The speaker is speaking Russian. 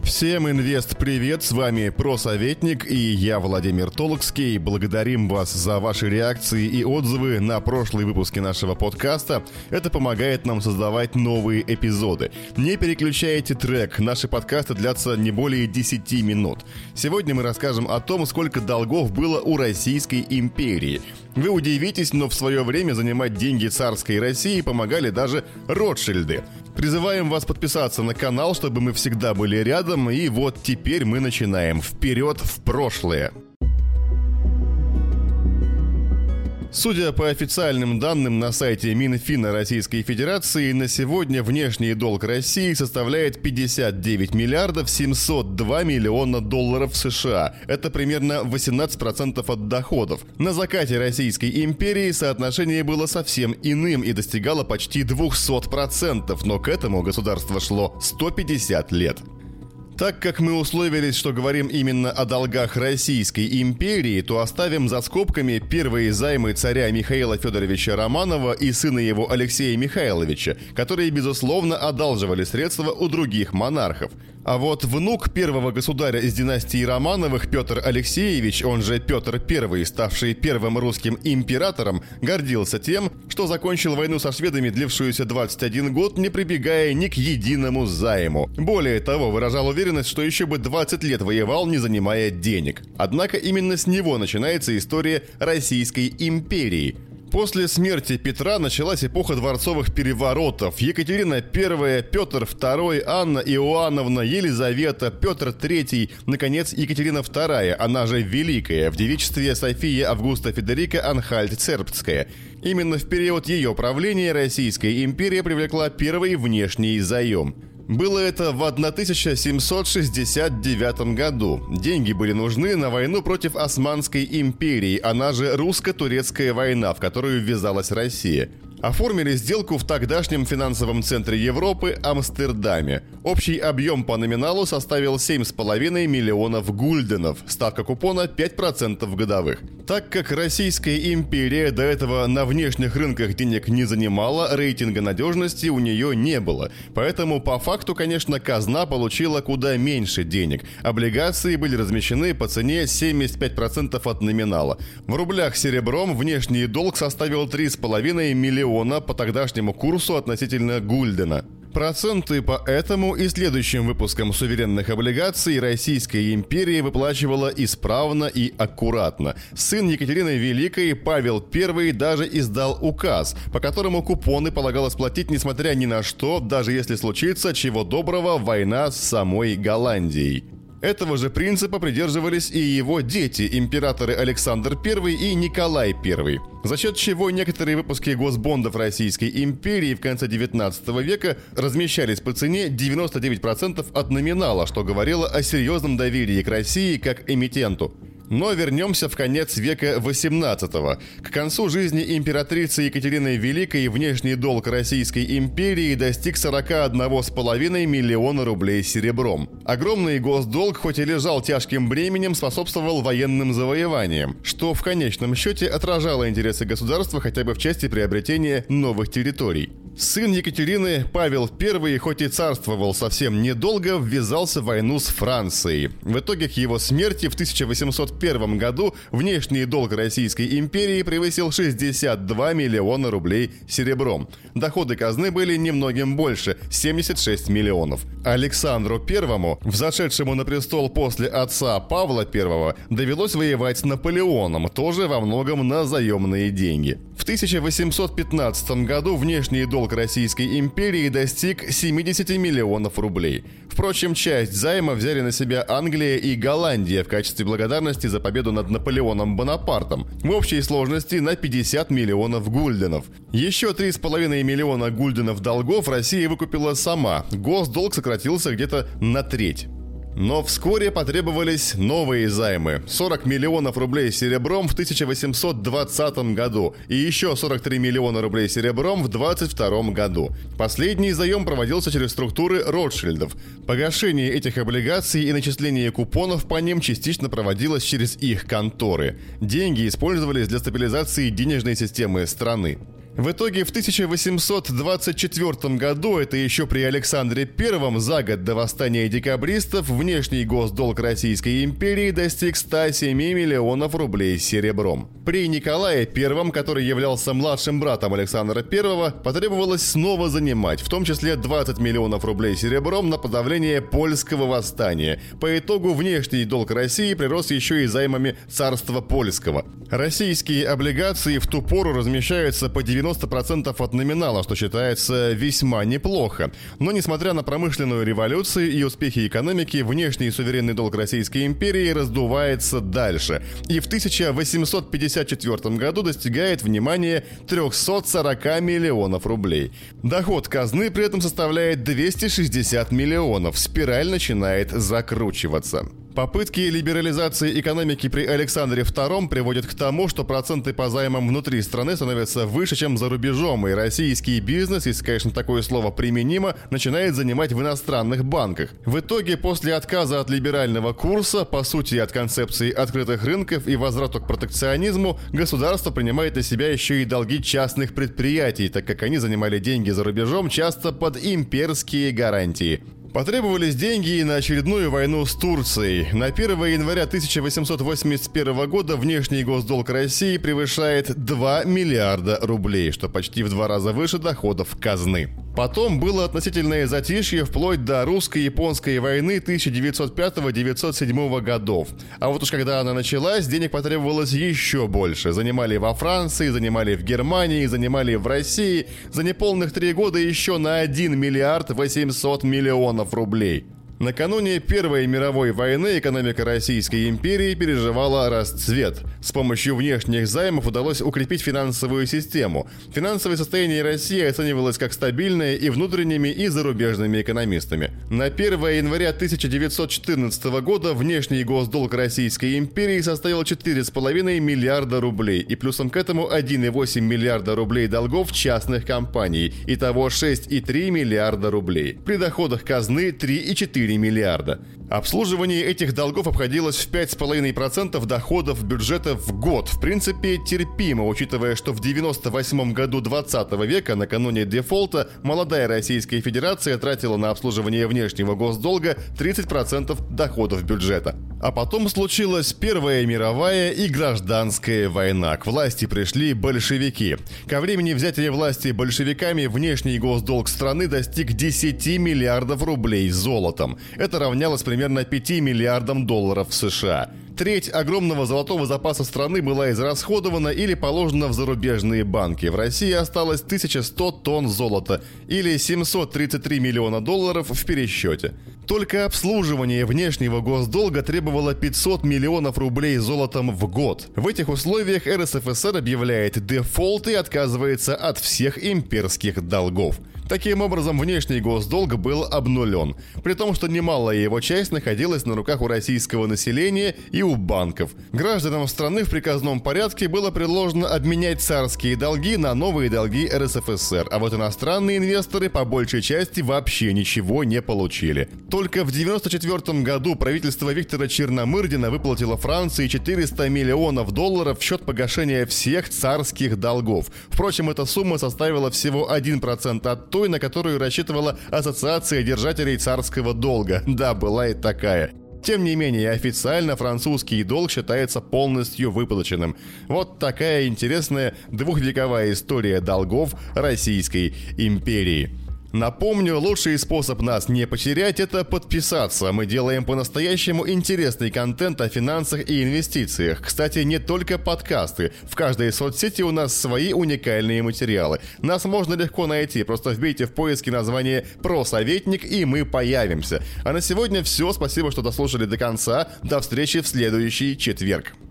Всем инвест-привет, с вами Просоветник и я, Владимир Толокский. Благодарим вас за ваши реакции и отзывы на прошлые выпуски нашего подкаста. Это помогает нам создавать новые эпизоды. Не переключайте трек, наши подкасты длятся не более 10 минут. Сегодня мы расскажем о том, сколько долгов было у Российской империи. Вы удивитесь, но в свое время занимать деньги царской России помогали даже Ротшильды. Призываем вас подписаться на канал, чтобы мы всегда были рядом. И вот теперь мы начинаем. Вперед в прошлое. Судя по официальным данным на сайте Минфина Российской Федерации, на сегодня внешний долг России составляет 59 миллиардов 702 миллиона долларов США. Это примерно 18% от доходов. На закате Российской империи соотношение было совсем иным и достигало почти 200%, но к этому государство шло 150 лет. Так как мы условились, что говорим именно о долгах Российской империи, то оставим за скобками первые займы царя Михаила Федоровича Романова и сына его Алексея Михайловича, которые, безусловно, одалживали средства у других монархов. А вот внук первого государя из династии Романовых, Петр Алексеевич, он же Петр I, ставший первым русским императором, гордился тем, что закончил войну со шведами, длившуюся 21 год, не прибегая ни к единому займу. Более того, выражал уверенность, что еще бы 20 лет воевал, не занимая денег. Однако именно с него начинается история Российской империи. После смерти Петра началась эпоха дворцовых переворотов. Екатерина I, Петр II, Анна Иоанновна, Елизавета, Петр III, наконец, Екатерина II, она же Великая, в девичестве София Августа Федерика Анхальт-Цербстская. Именно в период ее правления Российская империя привлекла первый внешний заем. Было это в 1769 году. Деньги были нужны на войну против Османской империи, она же русско-турецкая война, в которую ввязалась Россия. Оформили сделку в тогдашнем финансовом центре Европы Амстердаме. Общий объем по номиналу составил 7,5 миллионов гульденов, ставка купона 5% годовых. Так как Российская империя до этого на внешних рынках денег не занимала, рейтинга надежности у нее не было. Поэтому по факту, конечно, казна получила куда меньше денег. Облигации были размещены по цене 75% от номинала. В рублях серебром внешний долг составил 3,5 миллиона по тогдашнему курсу относительно гульдена. Проценты по этому и следующим выпускам суверенных облигаций Российская империя выплачивала исправно и аккуратно. Сын Екатерины Великой, Павел I, даже издал указ, по которому купоны полагалось платить несмотря ни на что, даже если случится, чего доброго, война с самой Голландией. Этого же принципа придерживались и его дети, императоры Александр I и Николай I, за счет чего некоторые выпуски госбондов Российской империи в конце 19 века размещались по цене 99% от номинала, что говорило о серьезном доверии к России как эмитенту. Но вернемся в конец века XVIII. К концу жизни императрицы Екатерины Великой внешний долг Российской империи достиг 41,5 миллиона рублей серебром. Огромный госдолг, хоть и лежал тяжким бременем, способствовал военным завоеваниям, что в конечном счете отражало интересы государства хотя бы в части приобретения новых территорий. Сын Екатерины, Павел I, хоть и царствовал совсем недолго, ввязался в войну с Францией. В итоге к его смерти в 1801 году внешний долг Российской империи превысил 62 миллиона рублей серебром. Доходы казны были немногим больше – 76 миллионов. Александру I, взошедшему на престол после отца Павла I, довелось воевать с Наполеоном, тоже во многом на заемные деньги. В 1815 году внешний долг Российской империи достиг 70 миллионов рублей. Впрочем, часть займа взяли на себя Англия и Голландия в качестве благодарности за победу над Наполеоном Бонапартом. В общей сложности на 50 миллионов гульденов. Еще 3,5 миллиона гульденов долгов Россия выкупила сама. Госдолг сократился где-то на треть. Но вскоре потребовались новые займы. 40 миллионов рублей серебром в 1820 году и еще 43 миллиона рублей серебром в 1822 году. Последний заем проводился через структуры Ротшильдов. Погашение этих облигаций и начисление купонов по ним частично проводилось через их конторы. Деньги использовались для стабилизации денежной системы страны. В итоге в 1824 году, это еще при Александре I, за год до восстания декабристов, внешний госдолг Российской империи достиг 107 миллионов рублей серебром. При Николае I, который являлся младшим братом Александра I, потребовалось снова занимать, в том числе 20 миллионов рублей серебром на подавление польского восстания. По итогу внешний долг России прирос еще и займами царства польского. Российские облигации в ту пору размещаются по 90% от номинала, что считается весьма неплохо. Но несмотря на промышленную революцию и успехи экономики, внешний суверенный долг Российской империи раздувается дальше. И в 1854 году достигает, внимание, 340 миллионов рублей. Доход казны при этом составляет 260 миллионов. Спираль начинает закручиваться. Попытки либерализации экономики при Александре II приводят к тому, что проценты по займам внутри страны становятся выше, чем за рубежом, и российский бизнес, если, конечно, такое слово применимо, начинает занимать в иностранных банках. В итоге, после отказа от либерального курса, по сути от концепции открытых рынков и возврата к протекционизму, государство принимает на себя еще и долги частных предприятий, так как они занимали деньги за рубежом часто под имперские гарантии. Потребовались деньги и на очередную войну с Турцией. На 1 января 1881 года внешний госдолг России превышает 2 миллиарда рублей, что почти в 2 раза выше доходов казны. Потом было относительное затишье вплоть до русско-японской войны 1905-1907 годов. А вот уж когда она началась, денег потребовалось еще больше. Занимали во Франции, занимали в Германии, занимали в России. За неполных 3 года еще на 1 миллиард 800 миллионов рублей. Накануне Первой мировой войны экономика Российской империи переживала расцвет. С помощью внешних займов удалось укрепить финансовую систему. Финансовое состояние России оценивалось как стабильное и внутренними, и зарубежными экономистами. На 1 января 1914 года внешний госдолг Российской империи составил 4,5 миллиарда рублей, и плюсом к этому 1,8 миллиарда рублей долгов частных компаний, итого 6,3 миллиарда рублей. При доходах казны 3,4 миллиарда. Обслуживание этих долгов обходилось в 5,5% доходов бюджета в год. В принципе, терпимо, учитывая, что в 1998 году 20 века, накануне дефолта, молодая Российская Федерация тратила на обслуживание внешнего госдолга 30% доходов бюджета. А потом случилась Первая мировая и гражданская война. К власти пришли большевики. Ко времени взятия власти большевиками внешний госдолг страны достиг 10 миллиардов рублей золотом. Это равнялось примерно 5 миллиардам долларов США. Треть огромного золотого запаса страны была израсходована или положена в зарубежные банки. В России осталось 1100 тонн золота или 733 миллиона долларов в пересчете. Только обслуживание внешнего госдолга требовало 500 миллионов рублей золотом в год. В этих условиях РСФСР объявляет дефолт и отказывается от всех имперских долгов. Таким образом, внешний госдолг был обнулен, при том, что немалая его часть находилась на руках у российского населения и у банков. Гражданам страны в приказном порядке было предложено обменять царские долги на новые долги РСФСР, а вот иностранные инвесторы по большей части вообще ничего не получили. Только в 1994 году правительство Виктора Черномырдина выплатило Франции 400 миллионов долларов в счет погашения всех царских долгов. Впрочем, эта сумма составила всего 1% от той, на которую рассчитывала Ассоциация держателей царского долга. Да, была и такая. Тем не менее, официально французский долг считается полностью выплаченным. Вот такая интересная двухвековая история долгов Российской империи. Напомню, лучший способ нас не потерять – это подписаться. Мы делаем по-настоящему интересный контент о финансах и инвестициях. Кстати, не только подкасты. В каждой соцсети у нас свои уникальные материалы. Нас можно легко найти. Просто вбейте в поиске название «Просоветник» и мы появимся. А на сегодня все. Спасибо, что дослушали до конца. До встречи в следующий четверг.